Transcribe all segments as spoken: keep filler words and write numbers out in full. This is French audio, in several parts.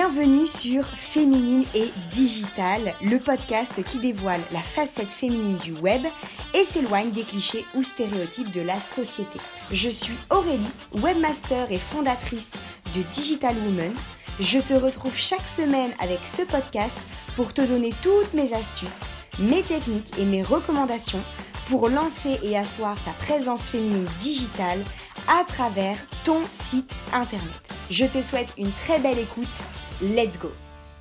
Bienvenue sur Féminine et Digital, le podcast qui dévoile la facette féminine du web et s'éloigne des clichés ou stéréotypes de la société. Je suis Aurélie, webmaster et fondatrice de Digital Woman. Je te retrouve chaque semaine avec ce podcast pour te donner toutes mes astuces, mes techniques et mes recommandations pour lancer et asseoir ta présence féminine digitale à travers ton site internet. Je te souhaite une très belle écoute. Let's go!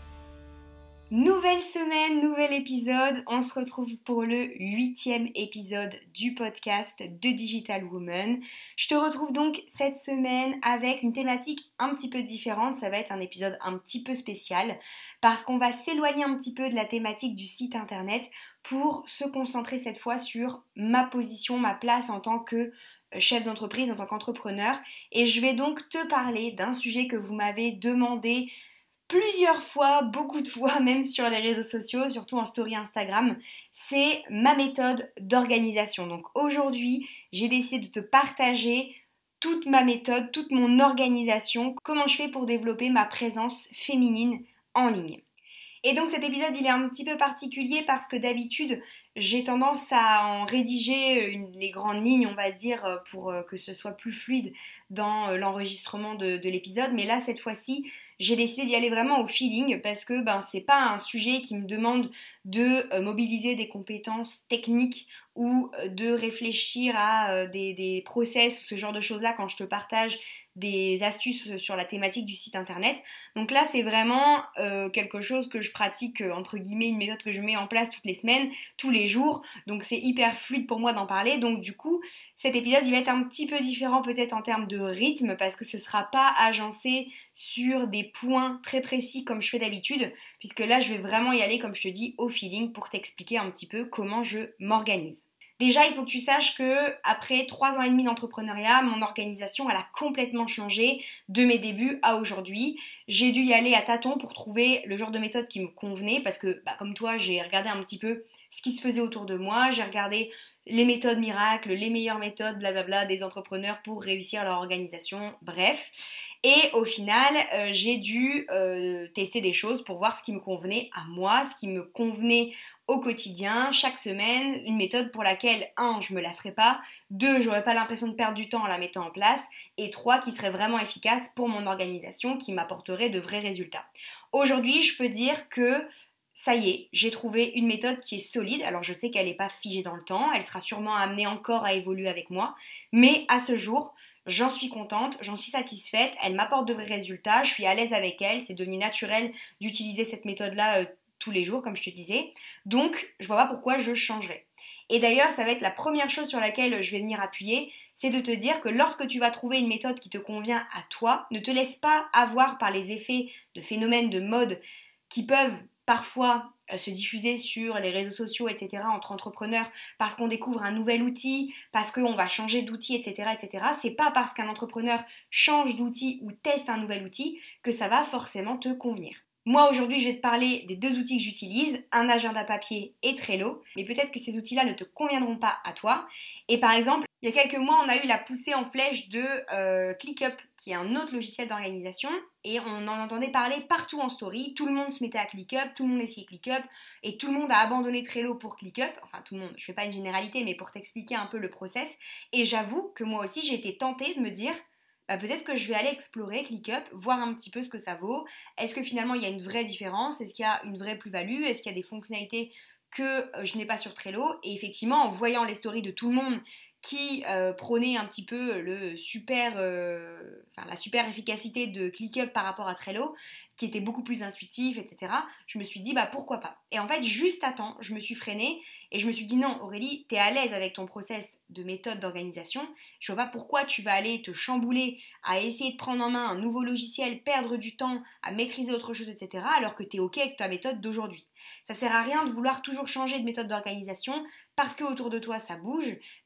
Nouvelle semaine, nouvel épisode. On se retrouve pour le huitième épisode du podcast de Digital Woman. Je te retrouve donc cette semaine avec une thématique un petit peu différente. Ça va être un épisode un petit peu spécial parce qu'on va s'éloigner un petit peu de la thématique du site internet pour se concentrer cette fois sur ma position, ma place en tant que chef d'entreprise, en tant qu'entrepreneur. Et je vais donc te parler d'un sujet que vous m'avez demandé plusieurs fois, beaucoup de fois, même sur les réseaux sociaux, surtout en story Instagram, c'est ma méthode d'organisation. Donc aujourd'hui, j'ai décidé de te partager toute ma méthode, toute mon organisation, comment je fais pour développer ma présence féminine en ligne. Et donc cet épisode il est un petit peu particulier parce que d'habitude j'ai tendance à en rédiger une, les grandes lignes on va dire pour que ce soit plus fluide dans l'enregistrement de, de l'épisode, mais là cette fois-ci j'ai décidé d'y aller vraiment au feeling parce que ben, c'est pas un sujet qui me demande de euh, mobiliser des compétences techniques ou de réfléchir à euh, des, des process ou ce genre de choses-là quand je te partage des astuces sur la thématique du site internet. Donc là c'est vraiment euh, quelque chose que je pratique euh, entre guillemets, une méthode que je mets en place toutes les semaines, tous les jours, donc c'est hyper fluide pour moi d'en parler. Donc du coup cet épisode il va être un petit peu différent peut-être en termes de rythme parce que ce sera pas agencé sur des points très précis comme je fais d'habitude, puisque là je vais vraiment y aller comme je te dis au feeling pour t'expliquer un petit peu comment je m'organise. Déjà, il faut que tu saches que après trois ans et demi d'entrepreneuriat, mon organisation elle a complètement changé de mes débuts à aujourd'hui. J'ai dû y aller à tâtons pour trouver le genre de méthode qui me convenait parce que, bah, comme toi, j'ai regardé un petit peu ce qui se faisait autour de moi, j'ai regardé les méthodes miracles, les meilleures méthodes, blablabla, des entrepreneurs pour réussir leur organisation, bref. Et au final, euh, j'ai dû euh, tester des choses pour voir ce qui me convenait à moi, ce qui me convenait au quotidien, chaque semaine, une méthode pour laquelle, un, je me lasserais pas, deux, j'aurais pas l'impression de perdre du temps en la mettant en place, et trois, qui serait vraiment efficace pour mon organisation, qui m'apporterait de vrais résultats. Aujourd'hui, je peux dire que ça y est, j'ai trouvé une méthode qui est solide. Alors je sais qu'elle n'est pas figée dans le temps, elle sera sûrement amenée encore à évoluer avec moi, mais à ce jour, j'en suis contente, j'en suis satisfaite, elle m'apporte de vrais résultats, je suis à l'aise avec elle, c'est devenu naturel d'utiliser cette méthode-là euh, tous les jours, comme je te disais. Donc, je vois pas pourquoi je changerais. Et d'ailleurs, ça va être la première chose sur laquelle je vais venir appuyer, c'est de te dire que lorsque tu vas trouver une méthode qui te convient à toi, ne te laisse pas avoir par les effets de phénomènes de mode qui peuvent parfois euh, se diffuser sur les réseaux sociaux, et cetera entre entrepreneurs parce qu'on découvre un nouvel outil, parce qu'on va changer d'outil, et cetera, et cetera. C'est pas parce qu'un entrepreneur change d'outil ou teste un nouvel outil que ça va forcément te convenir. Moi aujourd'hui je vais te parler des deux outils que j'utilise, un agenda papier et Trello, mais peut-être que ces outils-là ne te conviendront pas à toi. Et par exemple, il y a quelques mois on a eu la poussée en flèche de euh, ClickUp, qui est un autre logiciel d'organisation, et on en entendait parler partout en story, tout le monde se mettait à ClickUp, tout le monde essayait ClickUp, et tout le monde a abandonné Trello pour ClickUp, enfin tout le monde, je fais pas une généralité, mais pour t'expliquer un peu le process, et j'avoue que moi aussi j'ai été tentée de me dire, bah peut-être que je vais aller explorer ClickUp, voir un petit peu ce que ça vaut. Est-ce que finalement il y a une vraie différence? Est-ce qu'il y a une vraie plus-value? Est-ce qu'il y a des fonctionnalités que je n'ai pas sur Trello? Et effectivement, en voyant les stories de tout le monde qui euh, prônait un petit peu le super, euh, enfin, la super efficacité de ClickUp par rapport à Trello, qui était beaucoup plus intuitif, et cetera. Je me suis dit, bah pourquoi pas. Et en fait, juste à temps, je me suis freinée et je me suis dit, non Aurélie, t'es à l'aise avec ton process de méthode d'organisation, je vois pas pourquoi tu vas aller te chambouler à essayer de prendre en main un nouveau logiciel, perdre du temps, à maîtriser autre chose, et cetera, alors que t'es ok avec ta méthode d'aujourd'hui. Ça sert à rien de vouloir toujours changer de méthode d'organisation parce que autour de toi ça bouge, parce que ça peut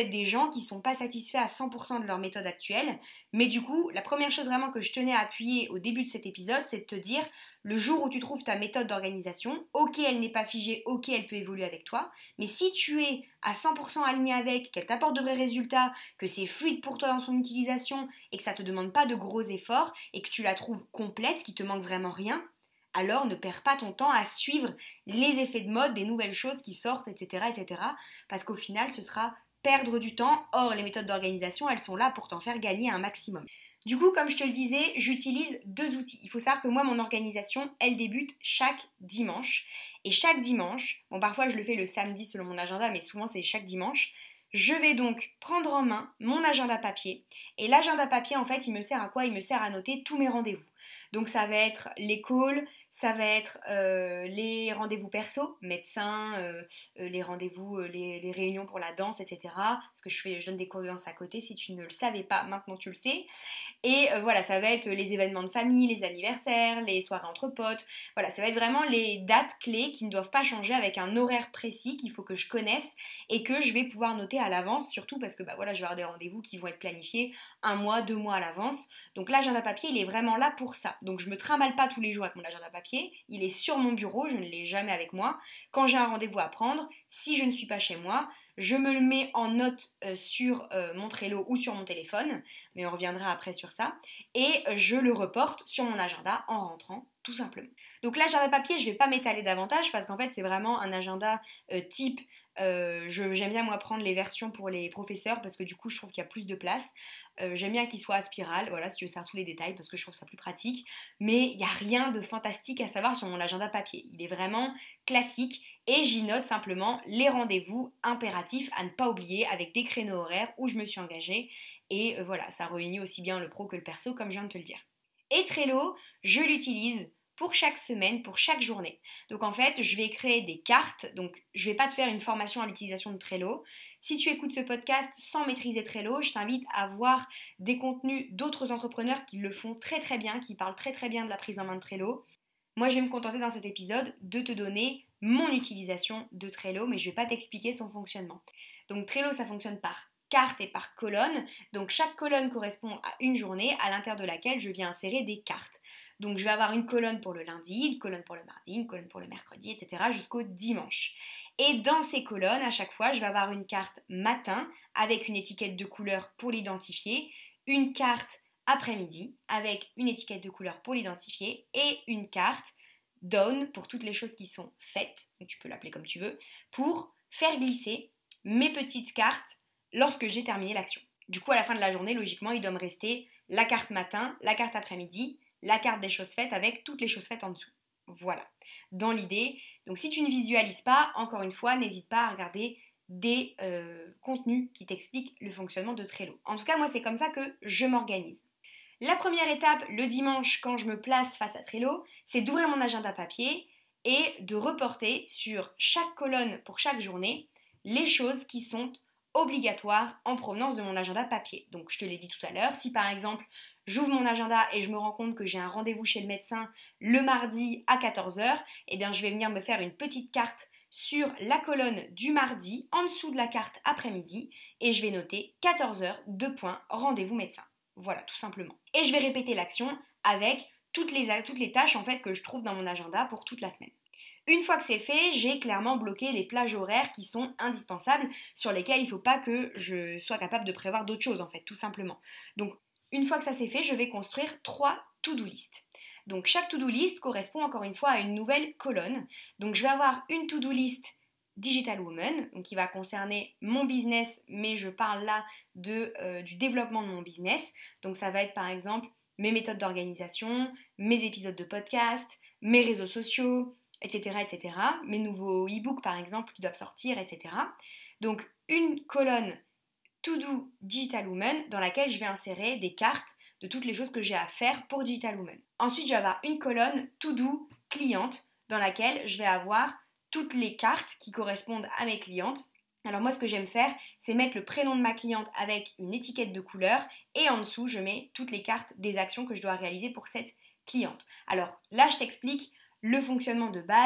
être des gens qui ne sont pas satisfaits à cent pour cent de leur méthode actuelle. Mais du coup, la première chose vraiment que je tenais à appuyer au début de cet épisode, c'est de te dire, le jour où tu trouves ta méthode d'organisation, ok, elle n'est pas figée, ok, elle peut évoluer avec toi, mais si tu es à cent pour cent aligné avec, qu'elle t'apporte de vrais résultats, que c'est fluide pour toi dans son utilisation et que ça ne te demande pas de gros efforts et que tu la trouves complète, qu'il te manque vraiment rien, alors ne perds pas ton temps à suivre les effets de mode, des nouvelles choses qui sortent, et cetera, et cetera. Parce qu'au final, ce sera perdre du temps. Or, les méthodes d'organisation, elles sont là pour t'en faire gagner un maximum. Du coup, comme je te le disais, j'utilise deux outils. Il faut savoir que moi, mon organisation, elle débute chaque dimanche. Et chaque dimanche, bon parfois je le fais le samedi selon mon agenda, mais souvent c'est chaque dimanche, je vais donc prendre en main mon agenda papier. Et l'agenda papier, en fait, il me sert à quoi? Il me sert à noter tous mes rendez-vous. Donc ça va être les calls, ça va être euh, les rendez-vous perso, médecin, euh, euh, les rendez-vous, euh, les, les réunions pour la danse, et cetera. Parce que je, fais, je donne des cours de danse à côté, si tu ne le savais pas, maintenant tu le sais. Et euh, voilà, ça va être les événements de famille, les anniversaires, les soirées entre potes. Voilà, ça va être vraiment les dates clés qui ne doivent pas changer avec un horaire précis qu'il faut que je connaisse et que je vais pouvoir noter à l'avance, surtout parce que bah, voilà, je vais avoir des rendez-vous qui vont être planifiés un mois, deux mois à l'avance. Donc l'agenda papier, il est vraiment là pour ça. Donc je me trimballe pas tous les jours avec mon agenda papier, il est sur mon bureau, je ne l'ai jamais avec moi. Quand j'ai un rendez-vous à prendre, si je ne suis pas chez moi, je me le mets en note euh, sur euh, mon Trello ou sur mon téléphone, mais on reviendra après sur ça, et je le reporte sur mon agenda en rentrant, tout simplement. Donc l'agenda papier, je ne vais pas m'étaler davantage parce qu'en fait c'est vraiment un agenda euh, type. Euh, je, j'aime bien moi prendre les versions pour les professeurs parce que du coup je trouve qu'il y a plus de place. Euh, j'aime bien qu'il soit à spirale, voilà, si tu veux savoir tous les détails parce que je trouve ça plus pratique. Mais il n'y a rien de fantastique à savoir sur mon agenda papier. Il est vraiment classique et j'y note simplement les rendez-vous impératifs à ne pas oublier avec des créneaux horaires où je me suis engagée. Et euh, voilà, ça réunit aussi bien le pro que le perso comme je viens de te le dire. Et Trello, je l'utilise pour chaque semaine, pour chaque journée. Donc en fait, je vais créer des cartes. Donc je ne vais pas te faire une formation à l'utilisation de Trello. Si tu écoutes ce podcast sans maîtriser Trello, je t'invite à voir des contenus d'autres entrepreneurs qui le font très très bien, qui parlent très très bien de la prise en main de Trello. Moi, je vais me contenter dans cet épisode de te donner mon utilisation de Trello, mais je ne vais pas t'expliquer son fonctionnement. Donc Trello, ça fonctionne par carte et par colonne. Donc chaque colonne correspond à une journée à l'intérieur de laquelle je viens insérer des cartes. Donc je vais avoir une colonne pour le lundi, une colonne pour le mardi, une colonne pour le mercredi, et cetera jusqu'au dimanche. Et dans ces colonnes, à chaque fois, je vais avoir une carte matin avec une étiquette de couleur pour l'identifier, une carte après-midi avec une étiquette de couleur pour l'identifier et une carte done pour toutes les choses qui sont faites, donc tu peux l'appeler comme tu veux, pour faire glisser mes petites cartes lorsque j'ai terminé l'action. Du coup, à la fin de la journée, logiquement, il doit me rester la carte matin, la carte après-midi, la carte des choses faites avec toutes les choses faites en dessous. Voilà, dans l'idée. Donc si tu ne visualises pas, encore une fois, n'hésite pas à regarder des euh, contenus qui t'expliquent le fonctionnement de Trello. En tout cas, moi, c'est comme ça que je m'organise. La première étape, le dimanche, quand je me place face à Trello, c'est d'ouvrir mon agenda papier et de reporter sur chaque colonne pour chaque journée les choses qui sont obligatoires en provenance de mon agenda papier. Donc je te l'ai dit tout à l'heure, si par exemple j'ouvre mon agenda et je me rends compte que j'ai un rendez-vous chez le médecin le mardi à quatorze heures, eh bien je vais venir me faire une petite carte sur la colonne du mardi en dessous de la carte après-midi et je vais noter quatorze heures, deux points, rendez-vous médecin. Voilà, tout simplement. Et je vais répéter l'action avec toutes les, toutes les tâches en fait que je trouve dans mon agenda pour toute la semaine. Une fois que c'est fait, j'ai clairement bloqué les plages horaires qui sont indispensables, sur lesquelles il ne faut pas que je sois capable de prévoir d'autres choses en fait, tout simplement. Donc une fois que ça c'est fait, je vais construire trois to-do list. Donc chaque to-do list correspond encore une fois à une nouvelle colonne. Donc je vais avoir une to-do list Digital Woman, donc qui va concerner mon business, mais je parle là de, euh, du développement de mon business. Donc ça va être par exemple mes méthodes d'organisation, mes épisodes de podcast, mes réseaux sociaux, et cetera, et cetera. Mes nouveaux e-books par exemple qui doivent sortir, et cetera. Donc une colonne To Do Digital Woman dans laquelle je vais insérer des cartes de toutes les choses que j'ai à faire pour Digital Woman. Ensuite, je vais avoir une colonne To Do Cliente dans laquelle je vais avoir toutes les cartes qui correspondent à mes clientes. Alors moi, ce que j'aime faire, c'est mettre le prénom de ma cliente avec une étiquette de couleur et en dessous, je mets toutes les cartes des actions que je dois réaliser pour cette cliente. Alors là, je t'explique le fonctionnement de base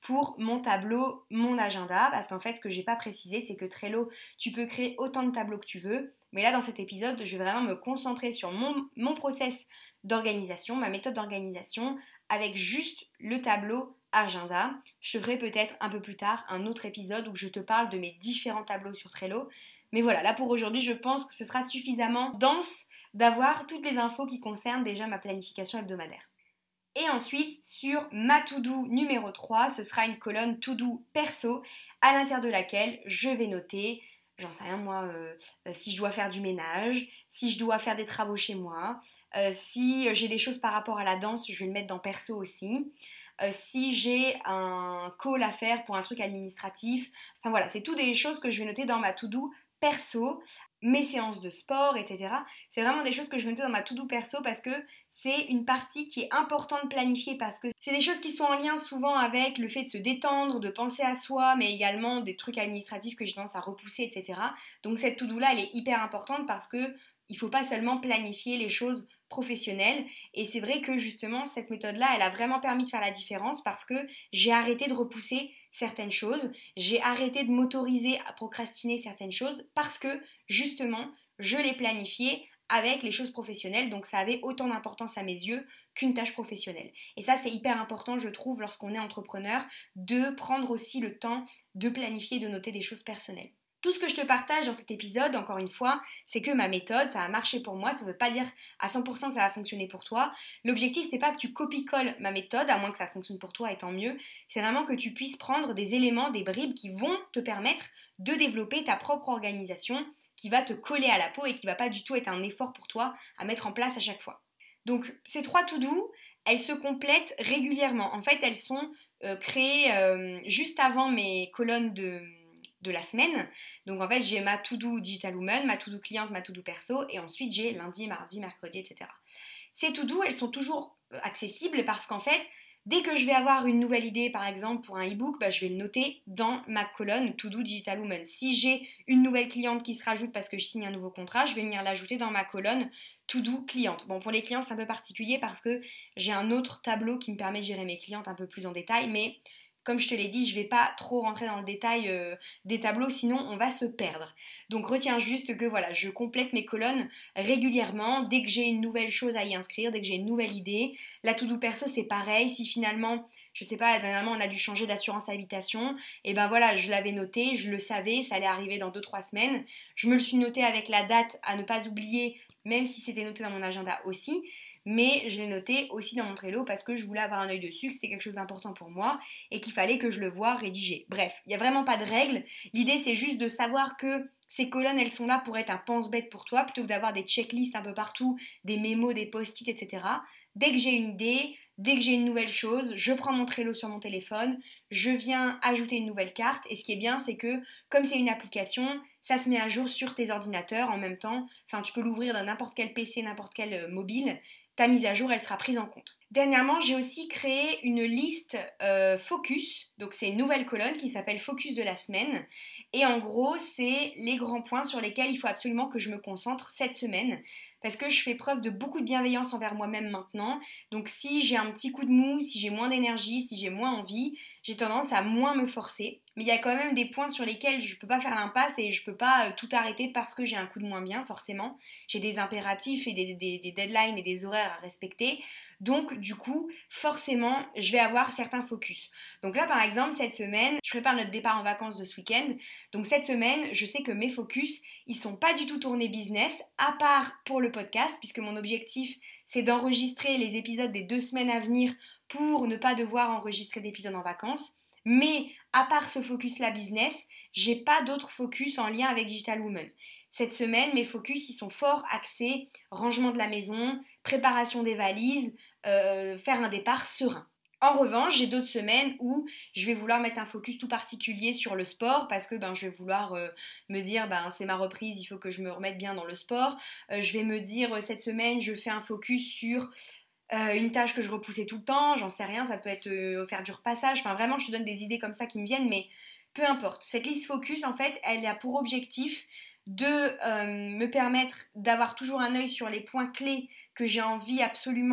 pour mon tableau, mon agenda, parce qu'en fait ce que j'ai pas précisé c'est que Trello, tu peux créer autant de tableaux que tu veux, mais là dans cet épisode je vais vraiment me concentrer sur mon, mon process d'organisation, ma méthode d'organisation, avec juste le tableau agenda. Je te ferai peut-être un peu plus tard un autre épisode où je te parle de mes différents tableaux sur Trello, mais voilà, là pour aujourd'hui je pense que ce sera suffisamment dense d'avoir toutes les infos qui concernent déjà ma planification hebdomadaire. Et ensuite, sur ma to-do numéro trois, ce sera une colonne to-do perso à l'intérieur de laquelle je vais noter, j'en sais rien moi, euh, euh, si je dois faire du ménage, si je dois faire des travaux chez moi, euh, si j'ai des choses par rapport à la danse, je vais le mettre dans perso aussi. Euh, si j'ai un call à faire pour un truc administratif, enfin voilà, c'est tout des choses que je vais noter dans ma to-do perso, mes séances de sport, et cetera. C'est vraiment des choses que je vais noter dans ma to-do perso parce que c'est une partie qui est importante de planifier parce que c'est des choses qui sont en lien souvent avec le fait de se détendre, de penser à soi, mais également des trucs administratifs que j'ai tendance à repousser, et cetera. Donc cette to-do là, elle est hyper importante parce que il faut pas seulement planifier les choses professionnelles. Et c'est vrai que justement cette méthode là, elle a vraiment permis de faire la différence parce que j'ai arrêté de repousser certaines choses, j'ai arrêté de m'autoriser à procrastiner certaines choses parce que justement je les planifiais avec les choses professionnelles, donc ça avait autant d'importance à mes yeux qu'une tâche professionnelle. Et ça c'est hyper important je trouve lorsqu'on est entrepreneur de prendre aussi le temps de planifier, de noter des choses personnelles. Tout ce que je te partage dans cet épisode, encore une fois, c'est que ma méthode, ça a marché pour moi, ça ne veut pas dire à cent pour cent que ça va fonctionner pour toi. L'objectif, c'est pas que tu copies-colles ma méthode, à moins que ça fonctionne pour toi et tant mieux. C'est vraiment que tu puisses prendre des éléments, des bribes qui vont te permettre de développer ta propre organisation, qui va te coller à la peau et qui va pas du tout être un effort pour toi à mettre en place à chaque fois. Donc ces trois to-do, elles se complètent régulièrement. En fait, elles sont euh, créées euh, juste avant mes colonnes de... de la semaine. Donc en fait j'ai ma to-do Digital Woman, ma to-do cliente, ma to-do perso et ensuite j'ai lundi, mardi, mercredi, et cetera. Ces to-do elles sont toujours accessibles parce qu'en fait dès que je vais avoir une nouvelle idée par exemple pour un e-book, bah, je vais le noter dans ma colonne to-do Digital Woman. Si j'ai une nouvelle cliente qui se rajoute parce que je signe un nouveau contrat, je vais venir l'ajouter dans ma colonne to-do cliente. Bon pour les clients c'est un peu particulier parce que j'ai un autre tableau qui me permet de gérer mes clientes un peu plus en détail, mais comme je te l'ai dit, je ne vais pas trop rentrer dans le détail euh, des tableaux, sinon on va se perdre. Donc retiens juste que voilà, je complète mes colonnes régulièrement, dès que j'ai une nouvelle chose à y inscrire, dès que j'ai une nouvelle idée. La to-do perso, c'est pareil, si finalement, je sais pas, dernièrement on a dû changer d'assurance habitation, et ben voilà, je l'avais noté, je le savais, ça allait arriver dans deux trois semaines. Je me le suis noté avec la date à ne pas oublier, même si c'était noté dans mon agenda aussi. Mais je l'ai noté aussi dans mon Trello parce que je voulais avoir un œil dessus, que c'était quelque chose d'important pour moi et qu'il fallait que je le voie rédigé. Bref, il n'y a vraiment pas de règle. L'idée c'est juste de savoir que ces colonnes elles sont là pour être un pense-bête pour toi plutôt que d'avoir des checklists un peu partout, des mémos, des post-it, et cetera. Dès que j'ai une idée, dès que j'ai une nouvelle chose, je prends mon Trello sur mon téléphone, je viens ajouter une nouvelle carte et ce qui est bien c'est que comme c'est une application, ça se met à jour sur tes ordinateurs en même temps. Enfin, tu peux l'ouvrir dans n'importe quel P C, n'importe quel euh, mobile. Ta mise à jour, elle sera prise en compte. Dernièrement, j'ai aussi créé une liste euh, focus. Donc, c'est une nouvelle colonne qui s'appelle Focus de la semaine. Et en gros, c'est les grands points sur lesquels il faut absolument que je me concentre cette semaine. Parce que je fais preuve de beaucoup de bienveillance envers moi-même maintenant. Donc, si j'ai un petit coup de mou, si j'ai moins d'énergie, si j'ai moins envie, j'ai tendance à moins me forcer. Mais il y a quand même des points sur lesquels je ne peux pas faire l'impasse et je ne peux pas tout arrêter parce que j'ai un coup de moins bien, forcément. J'ai des impératifs et des, des, des deadlines et des horaires à respecter. Donc, du coup, forcément, je vais avoir certains focus. Donc là, par exemple, cette semaine, je prépare notre départ en vacances de ce week-end. Donc cette semaine, je sais que mes focus, ils sont pas du tout tournés business, à part pour le podcast, puisque mon objectif, c'est d'enregistrer les épisodes des deux semaines à venir pour ne pas devoir enregistrer d'épisodes en vacances. Mais à part ce focus-là business, j'ai pas d'autres focus en lien avec Digital Woman. Cette semaine, mes focus, ils sont fort axés rangement de la maison, préparation des valises, euh, faire un départ serein. En revanche, j'ai d'autres semaines où je vais vouloir mettre un focus tout particulier sur le sport parce que ben, je vais vouloir euh, me dire ben, c'est ma reprise, il faut que je me remette bien dans le sport. Euh, je vais me dire cette semaine, je fais un focus sur Euh, une tâche que je repoussais tout le temps, j'en sais rien, ça peut être euh, faire du repassage, enfin vraiment je te donne des idées comme ça qui me viennent, mais peu importe. Cette liste focus en fait, elle a pour objectif de euh, me permettre d'avoir toujours un œil sur les points clés que j'ai envie absolument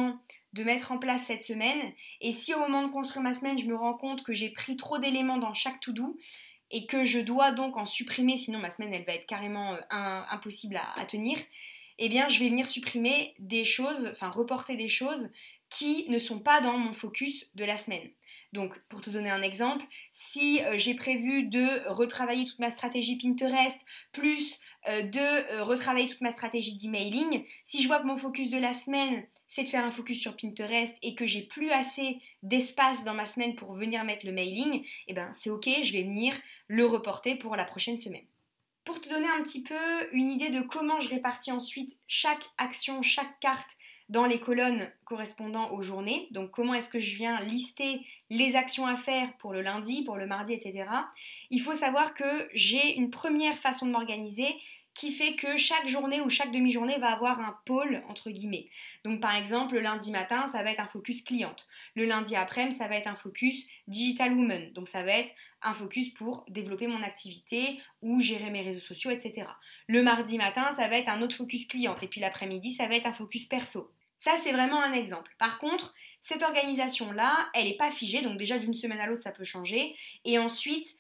de mettre en place cette semaine. Et si au moment de construire ma semaine, je me rends compte que j'ai pris trop d'éléments dans chaque to-do et que je dois donc en supprimer, sinon ma semaine elle va être carrément euh, un, impossible à, à tenir, eh bien je vais venir supprimer des choses, enfin reporter des choses qui ne sont pas dans mon focus de la semaine. Donc pour te donner un exemple, si euh, j'ai prévu de retravailler toute ma stratégie Pinterest, plus euh, de euh, retravailler toute ma stratégie d'emailing, si je vois que mon focus de la semaine c'est de faire un focus sur Pinterest et que j'ai plus assez d'espace dans ma semaine pour venir mettre le mailing, eh ben c'est ok, je vais venir le reporter pour la prochaine semaine. Pour te donner un petit peu une idée de comment je répartis ensuite chaque action, chaque carte dans les colonnes correspondant aux journées, donc comment est-ce que je viens lister les actions à faire pour le lundi, pour le mardi, et cetera. Il faut savoir que j'ai une première façon de m'organiser qui fait que chaque journée ou chaque demi-journée va avoir un pôle entre guillemets. Donc par exemple, le lundi matin, ça va être un focus cliente. Le lundi après-midi, ça va être un focus digital woman. Donc ça va être un focus pour développer mon activité ou gérer mes réseaux sociaux, et cetera. Le mardi matin, ça va être un autre focus cliente. Et puis l'après-midi, ça va être un focus perso. Ça, c'est vraiment un exemple. Par contre, cette organisation-là, elle n'est pas figée. Donc déjà, d'une semaine à l'autre, ça peut changer. Et ensuite,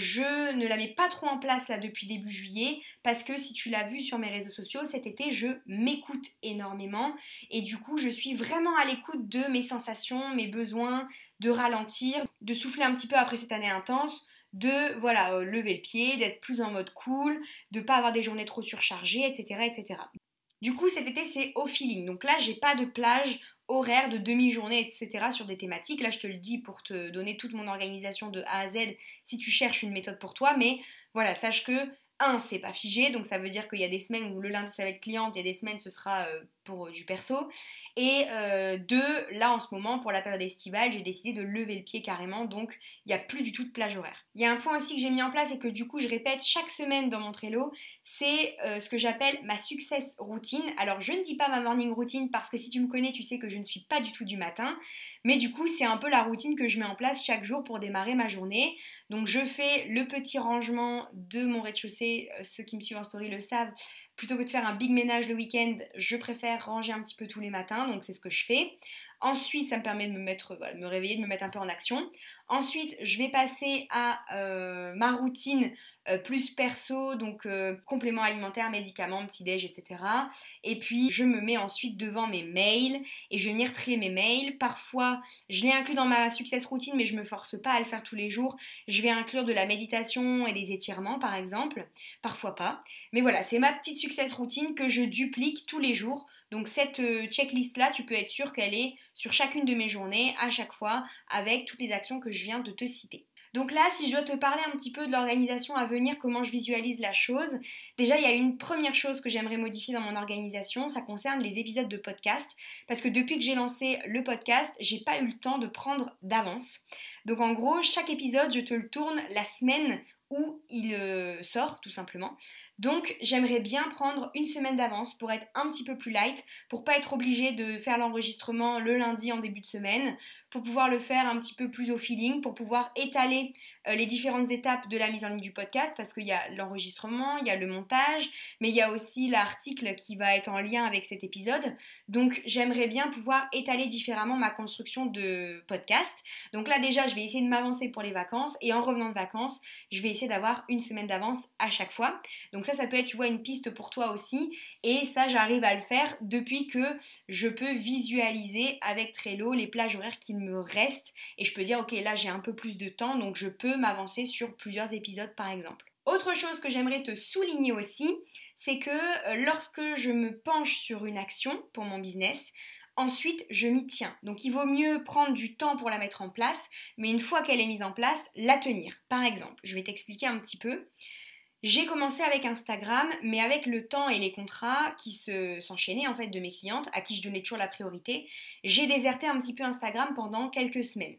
je ne la mets pas trop en place là depuis début juillet parce que si tu l'as vu sur mes réseaux sociaux, cet été je m'écoute énormément et du coup je suis vraiment à l'écoute de mes sensations, mes besoins, de ralentir, de souffler un petit peu après cette année intense, de voilà euh, lever le pied, d'être plus en mode cool, de pas avoir des journées trop surchargées, et cetera et cetera. Du coup cet été c'est au feeling, donc là j'ai pas de plage horaire de demi-journée, et cetera sur des thématiques. Là, je te le dis pour te donner toute mon organisation de A à Z si tu cherches une méthode pour toi. Mais voilà, sache que, un, c'est pas figé. Donc, ça veut dire qu'il y a des semaines où le lundi, ça va être cliente. Il y a des semaines, ce sera euh, pour euh, du perso. Et euh, deux, là, en ce moment, pour la période estivale, j'ai décidé de lever le pied carrément. Donc, il n'y a plus du tout de plage horaire. Il y a un point aussi que j'ai mis en place et que du coup, je répète chaque semaine dans mon Trello. C'est euh, ce que j'appelle ma success routine. Alors, je ne dis pas ma morning routine parce que si tu me connais, tu sais que je ne suis pas du tout du matin. Mais du coup, c'est un peu la routine que je mets en place chaque jour pour démarrer ma journée. Donc, je fais le petit rangement de mon rez-de-chaussée. Euh, ceux qui me suivent en story le savent. Plutôt que de faire un big ménage le week-end, je préfère ranger un petit peu tous les matins. Donc, c'est ce que je fais. Ensuite, ça me permet de me mettre, voilà, de me réveiller, de me mettre un peu en action. Ensuite, je vais passer à euh, ma routine euh, plus perso, donc euh, compléments alimentaires, médicaments, petit-déj, et cetera. Et puis, je me mets ensuite devant mes mails et je vais venir trier mes mails. Parfois, je l'ai inclus dans ma success routine, mais je me force pas à le faire tous les jours. Je vais inclure de la méditation et des étirements, par exemple. Parfois pas. Mais voilà, c'est ma petite success routine que je duplique tous les jours. Donc cette checklist-là, tu peux être sûr qu'elle est sur chacune de mes journées, à chaque fois, avec toutes les actions que je viens de te citer. Donc là, si je dois te parler un petit peu de l'organisation à venir, comment je visualise la chose, déjà il y a une première chose que j'aimerais modifier dans mon organisation, ça concerne les épisodes de podcast, parce que depuis que j'ai lancé le podcast, j'ai pas eu le temps de prendre d'avance. Donc en gros, chaque épisode, je te le tourne la semaine où il euh, sort, tout simplement. Donc j'aimerais bien prendre une semaine d'avance pour être un petit peu plus light, pour pas être obligée de faire l'enregistrement le lundi en début de semaine, pour pouvoir le faire un petit peu plus au feeling, pour pouvoir étaler euh, les différentes étapes de la mise en ligne du podcast, parce qu'il y a l'enregistrement, il y a le montage, mais il y a aussi l'article qui va être en lien avec cet épisode. Donc j'aimerais bien pouvoir étaler différemment ma construction de podcast. Donc là déjà je vais essayer de m'avancer pour les vacances, et en revenant de vacances, je vais essayer d'avoir une semaine d'avance à chaque fois. Donc ça, ça peut être, tu vois, une piste pour toi aussi. Et ça, j'arrive à le faire depuis que je peux visualiser avec Trello les plages horaires qu'il me reste. Et je peux dire, ok, là, j'ai un peu plus de temps, donc je peux m'avancer sur plusieurs épisodes, par exemple. Autre chose que j'aimerais te souligner aussi, c'est que lorsque je me penche sur une action pour mon business, ensuite, je m'y tiens. Donc, il vaut mieux prendre du temps pour la mettre en place, mais une fois qu'elle est mise en place, la tenir. Par exemple, je vais t'expliquer un petit peu. J'ai commencé avec Instagram, mais avec le temps et les contrats qui se, s'enchaînaient en fait de mes clientes, à qui je donnais toujours la priorité, j'ai déserté un petit peu Instagram pendant quelques semaines.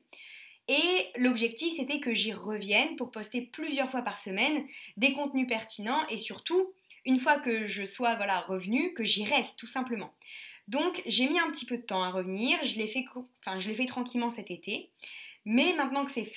Et l'objectif, c'était que j'y revienne pour poster plusieurs fois par semaine des contenus pertinents et surtout, une fois que je sois voilà, revenue, que j'y reste tout simplement. Donc j'ai mis un petit peu de temps à revenir, je l'ai fait, enfin, je l'ai fait tranquillement cet été, mais maintenant que c'est fait,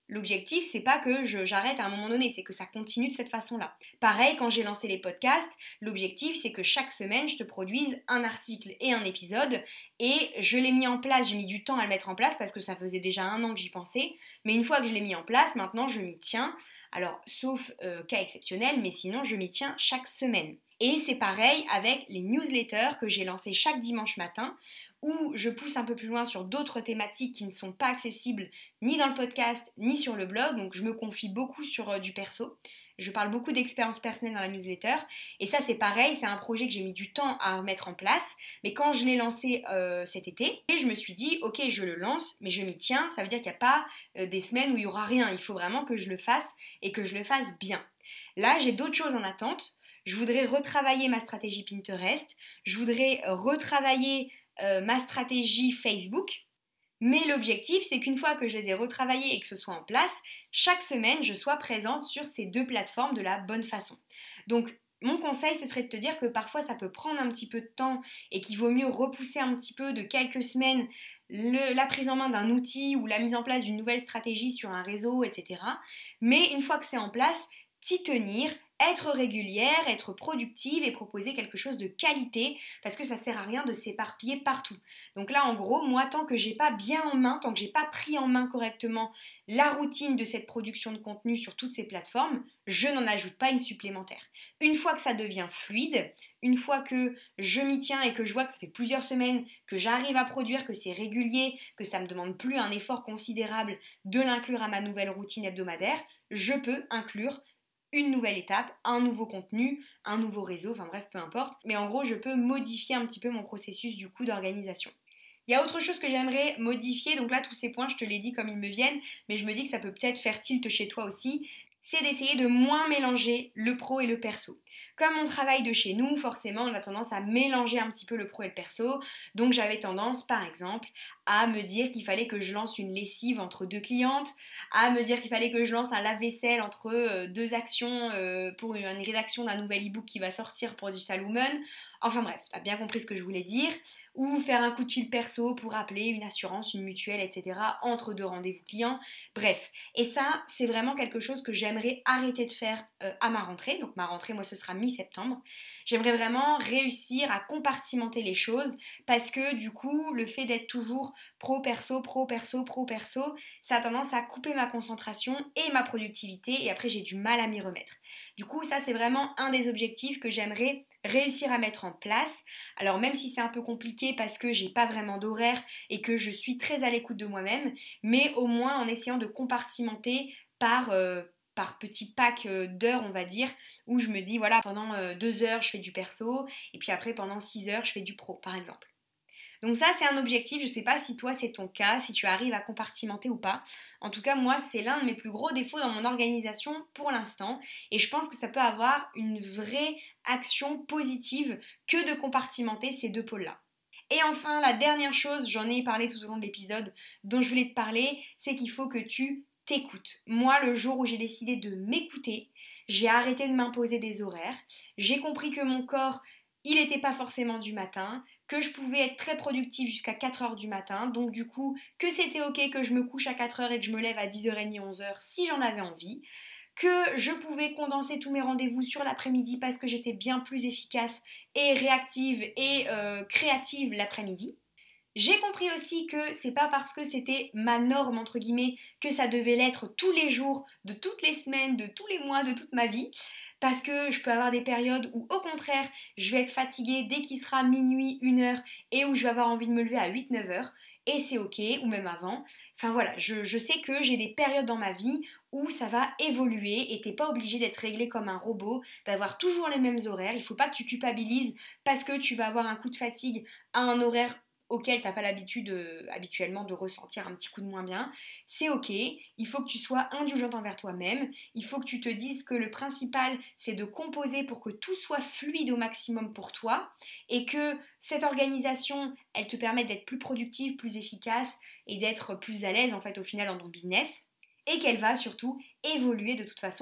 L'objectif, c'est pas que je, j'arrête à un moment donné, c'est que ça continue de cette façon-là. Pareil, quand j'ai lancé les podcasts, l'objectif, c'est que chaque semaine, je te produise un article et un épisode. Et je l'ai mis en place, j'ai mis du temps à le mettre en place parce que ça faisait déjà un an que j'y pensais. Mais une fois que je l'ai mis en place, maintenant, je m'y tiens. Alors, sauf euh, cas exceptionnel, mais sinon, je m'y tiens chaque semaine. Et c'est pareil avec les newsletters que j'ai lancés chaque dimanche matin, où je pousse un peu plus loin sur d'autres thématiques qui ne sont pas accessibles ni dans le podcast, ni sur le blog. Donc je me confie beaucoup sur euh, du perso. Je parle beaucoup d'expériences personnelles dans la newsletter. Et ça, c'est pareil, c'est un projet que j'ai mis du temps à mettre en place. Mais quand je l'ai lancé euh, cet été, et je me suis dit, ok, je le lance, mais je m'y tiens. Ça veut dire qu'il n'y a pas euh, des semaines où il n'y aura rien. Il faut vraiment que je le fasse et que je le fasse bien. Là, j'ai d'autres choses en attente. Je voudrais retravailler ma stratégie Pinterest. Je voudrais retravailler euh, ma stratégie Facebook. Mais l'objectif, c'est qu'une fois que je les ai retravaillés et que ce soit en place, chaque semaine, je sois présente sur ces deux plateformes de la bonne façon. Donc, mon conseil, ce serait de te dire que parfois, ça peut prendre un petit peu de temps et qu'il vaut mieux repousser un petit peu de quelques semaines le, la prise en main d'un outil ou la mise en place d'une nouvelle stratégie sur un réseau, et cetera. Mais une fois que c'est en place, t'y tenir, être régulière, être productive et proposer quelque chose de qualité parce que ça sert à rien de s'éparpiller partout. Donc là en gros, moi tant que j'ai pas bien en main, tant que j'ai pas pris en main correctement la routine de cette production de contenu sur toutes ces plateformes, je n'en ajoute pas une supplémentaire. Une fois que ça devient fluide, une fois que je m'y tiens et que je vois que ça fait plusieurs semaines que j'arrive à produire, que c'est régulier, que ça me demande plus un effort considérable de l'inclure à ma nouvelle routine hebdomadaire, je peux inclure une nouvelle étape, un nouveau contenu, un nouveau réseau, enfin bref, peu importe. Mais en gros, je peux modifier un petit peu mon processus du coup d'organisation. Il y a autre chose que j'aimerais modifier, donc là tous ces points je te les dis comme ils me viennent, mais je me dis que ça peut peut-être faire tilt chez toi aussi, c'est d'essayer de moins mélanger le pro et le perso. Comme on travaille de chez nous, forcément on a tendance à mélanger un petit peu le pro et le perso, donc j'avais tendance par exemple à me dire qu'il fallait que je lance une lessive entre deux clientes, à me dire qu'il fallait que je lance un lave-vaisselle entre euh, deux actions euh, pour une rédaction d'un nouvel e-book qui va sortir pour Digital Woman. Enfin bref, t'as bien compris ce que je voulais dire. Ou faire un coup de fil perso pour appeler une assurance, une mutuelle, et cetera entre deux rendez-vous clients. Bref, et ça, c'est vraiment quelque chose que j'aimerais arrêter de faire euh, à ma rentrée. Donc ma rentrée, moi, ce sera mi-septembre. J'aimerais vraiment réussir à compartimenter les choses parce que du coup, le fait d'être toujours pro-perso, pro-perso, pro-perso, ça a tendance à couper ma concentration et ma productivité et après, j'ai du mal à m'y remettre. Du coup, ça, c'est vraiment un des objectifs que j'aimerais réussir à mettre en place. Alors même si c'est un peu compliqué parce que j'ai pas vraiment d'horaire et que je suis très à l'écoute de moi-même, mais au moins en essayant de compartimenter par, euh, par petits packs d'heures on va dire, où je me dis voilà pendant euh, deux heures je fais du perso et puis après pendant six heures je fais du pro par exemple. Donc ça c'est un objectif, je sais pas si toi c'est ton cas, si tu arrives à compartimenter ou pas. En tout cas moi c'est l'un de mes plus gros défauts dans mon organisation pour l'instant et je pense que ça peut avoir une vraie action positive que de compartimenter ces deux pôles-là. Et enfin la dernière chose, j'en ai parlé tout au long de l'épisode dont je voulais te parler, c'est qu'il faut que tu t'écoutes. Moi le jour où j'ai décidé de m'écouter, j'ai arrêté de m'imposer des horaires, j'ai compris que mon corps il n'était pas forcément du matin, que je pouvais être très productive jusqu'à quatre heures du matin, donc du coup que c'était ok que je me couche à quatre heures et que je me lève à dix heures trente, onze heures si j'en avais envie, que je pouvais condenser tous mes rendez-vous sur l'après-midi parce que j'étais bien plus efficace et réactive et euh, créative l'après-midi. J'ai compris aussi que c'est pas parce que c'était ma norme entre guillemets que ça devait l'être tous les jours, de toutes les semaines, de tous les mois, de toute ma vie. Parce que je peux avoir des périodes où au contraire je vais être fatiguée dès qu'il sera minuit, une heure et où je vais avoir envie de me lever à huit neuf heures et c'est ok, ou même avant. Enfin voilà, je, je sais que j'ai des périodes dans ma vie où ça va évoluer et t'es pas obligé d'être réglé comme un robot, d'avoir toujours les mêmes horaires. Il faut pas que tu culpabilises parce que tu vas avoir un coup de fatigue à un horaire auquel tu n'as pas l'habitude euh, habituellement de ressentir un petit coup de moins bien, c'est ok, il faut que tu sois indulgente envers toi-même, il faut que tu te dises que le principal c'est de composer pour que tout soit fluide au maximum pour toi et que cette organisation elle te permet d'être plus productive, plus efficace et d'être plus à l'aise en fait au final dans ton business et qu'elle va surtout évoluer de toute façon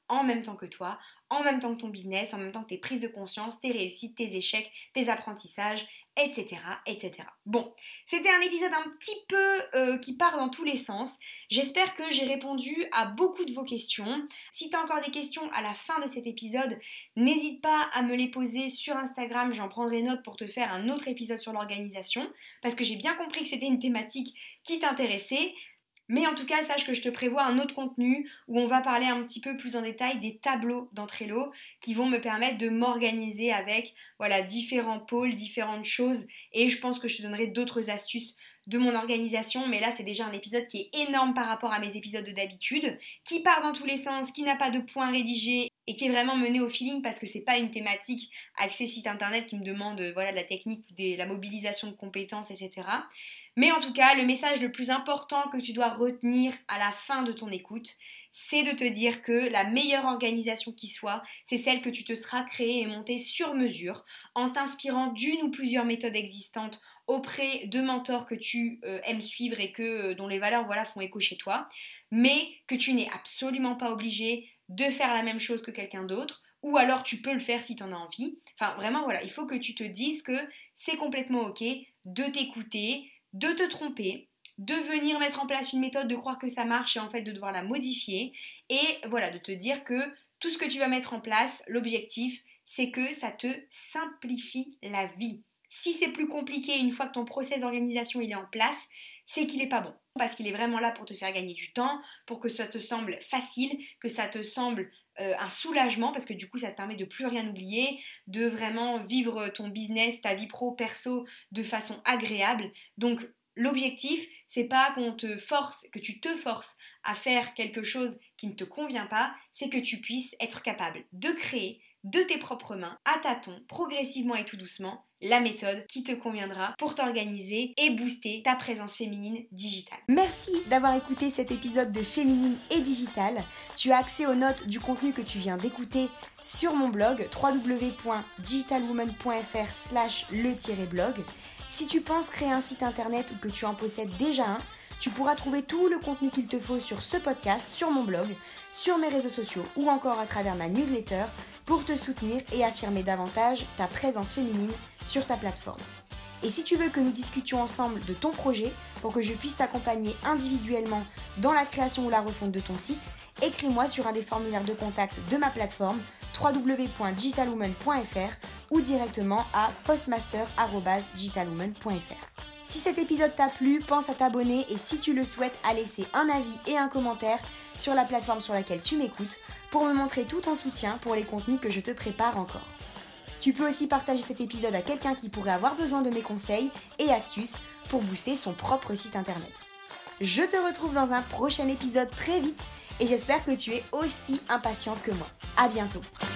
en même temps que toi, en même temps que ton business, en même temps que tes prises de conscience, tes réussites, tes échecs, tes apprentissages, et cetera et cetera. Bon, c'était un épisode un petit peu euh, qui part dans tous les sens. J'espère que j'ai répondu à beaucoup de vos questions. Si tu as encore des questions à la fin de cet épisode, n'hésite pas à me les poser sur Instagram, j'en prendrai note pour te faire un autre épisode sur l'organisation, parce que j'ai bien compris que c'était une thématique qui t'intéressait. Mais en tout cas, sache que je te prévois un autre contenu où on va parler un petit peu plus en détail des tableaux dans Trello qui vont me permettre de m'organiser avec voilà, différents pôles, différentes choses, et je pense que je te donnerai d'autres astuces de mon organisation, mais là c'est déjà un épisode qui est énorme par rapport à mes épisodes de d'habitude, qui part dans tous les sens, qui n'a pas de points rédigés et qui est vraiment mené au feeling parce que c'est pas une thématique axée site internet qui me demande voilà, de la technique ou de la mobilisation de compétences, et cetera. Mais en tout cas, le message le plus important que tu dois retenir à la fin de ton écoute, c'est de te dire que la meilleure organisation qui soit, c'est celle que tu te seras créée et montée sur mesure en t'inspirant d'une ou plusieurs méthodes existantes auprès de mentors que tu euh, aimes suivre et que, euh, dont les valeurs voilà, font écho chez toi, mais que tu n'es absolument pas obligé de faire la même chose que quelqu'un d'autre, ou alors tu peux le faire si tu en as envie. Enfin vraiment voilà, il faut que tu te dises que c'est complètement ok de t'écouter, de te tromper, de venir mettre en place une méthode, de croire que ça marche et en fait de devoir la modifier, et voilà, de te dire que tout ce que tu vas mettre en place, l'objectif, c'est que ça te simplifie la vie. Si c'est plus compliqué une fois que ton process d'organisation il est en place, c'est qu'il n'est pas bon. Parce qu'il est vraiment là pour te faire gagner du temps, pour que ça te semble facile, que ça te semble euh, un soulagement, parce que du coup ça te permet de plus rien oublier, de vraiment vivre ton business, ta vie pro, perso de façon agréable. Donc l'objectif, c'est pas qu'on te force, que tu te forces à faire quelque chose qui ne te convient pas, c'est que tu puisses être capable de créer de tes propres mains, à tâtons, progressivement et tout doucement, la méthode qui te conviendra pour t'organiser et booster ta présence féminine digitale. Merci d'avoir écouté cet épisode de Féminine et Digital. Tu as accès aux notes du contenu que tu viens d'écouter sur mon blog w w w point digitalwoman point f r slash le blog. Si tu penses créer un site internet ou que tu en possèdes déjà un, tu pourras trouver tout le contenu qu'il te faut sur ce podcast, sur mon blog, sur mes réseaux sociaux ou encore à travers ma newsletter pour te soutenir et affirmer davantage ta présence féminine sur ta plateforme. Et si tu veux que nous discutions ensemble de ton projet pour que je puisse t'accompagner individuellement dans la création ou la refonte de ton site, écris-moi sur un des formulaires de contact de ma plateforme w w w point digitalwoman point f r ou directement à postmaster arobase digitalwoman point f r. Si cet épisode t'a plu, pense à t'abonner et si tu le souhaites, à laisser un avis et un commentaire sur la plateforme sur laquelle tu m'écoutes pour me montrer tout ton soutien pour les contenus que je te prépare encore. Tu peux aussi partager cet épisode à quelqu'un qui pourrait avoir besoin de mes conseils et astuces pour booster son propre site internet. Je te retrouve dans un prochain épisode très vite et j'espère que tu es aussi impatiente que moi. À bientôt.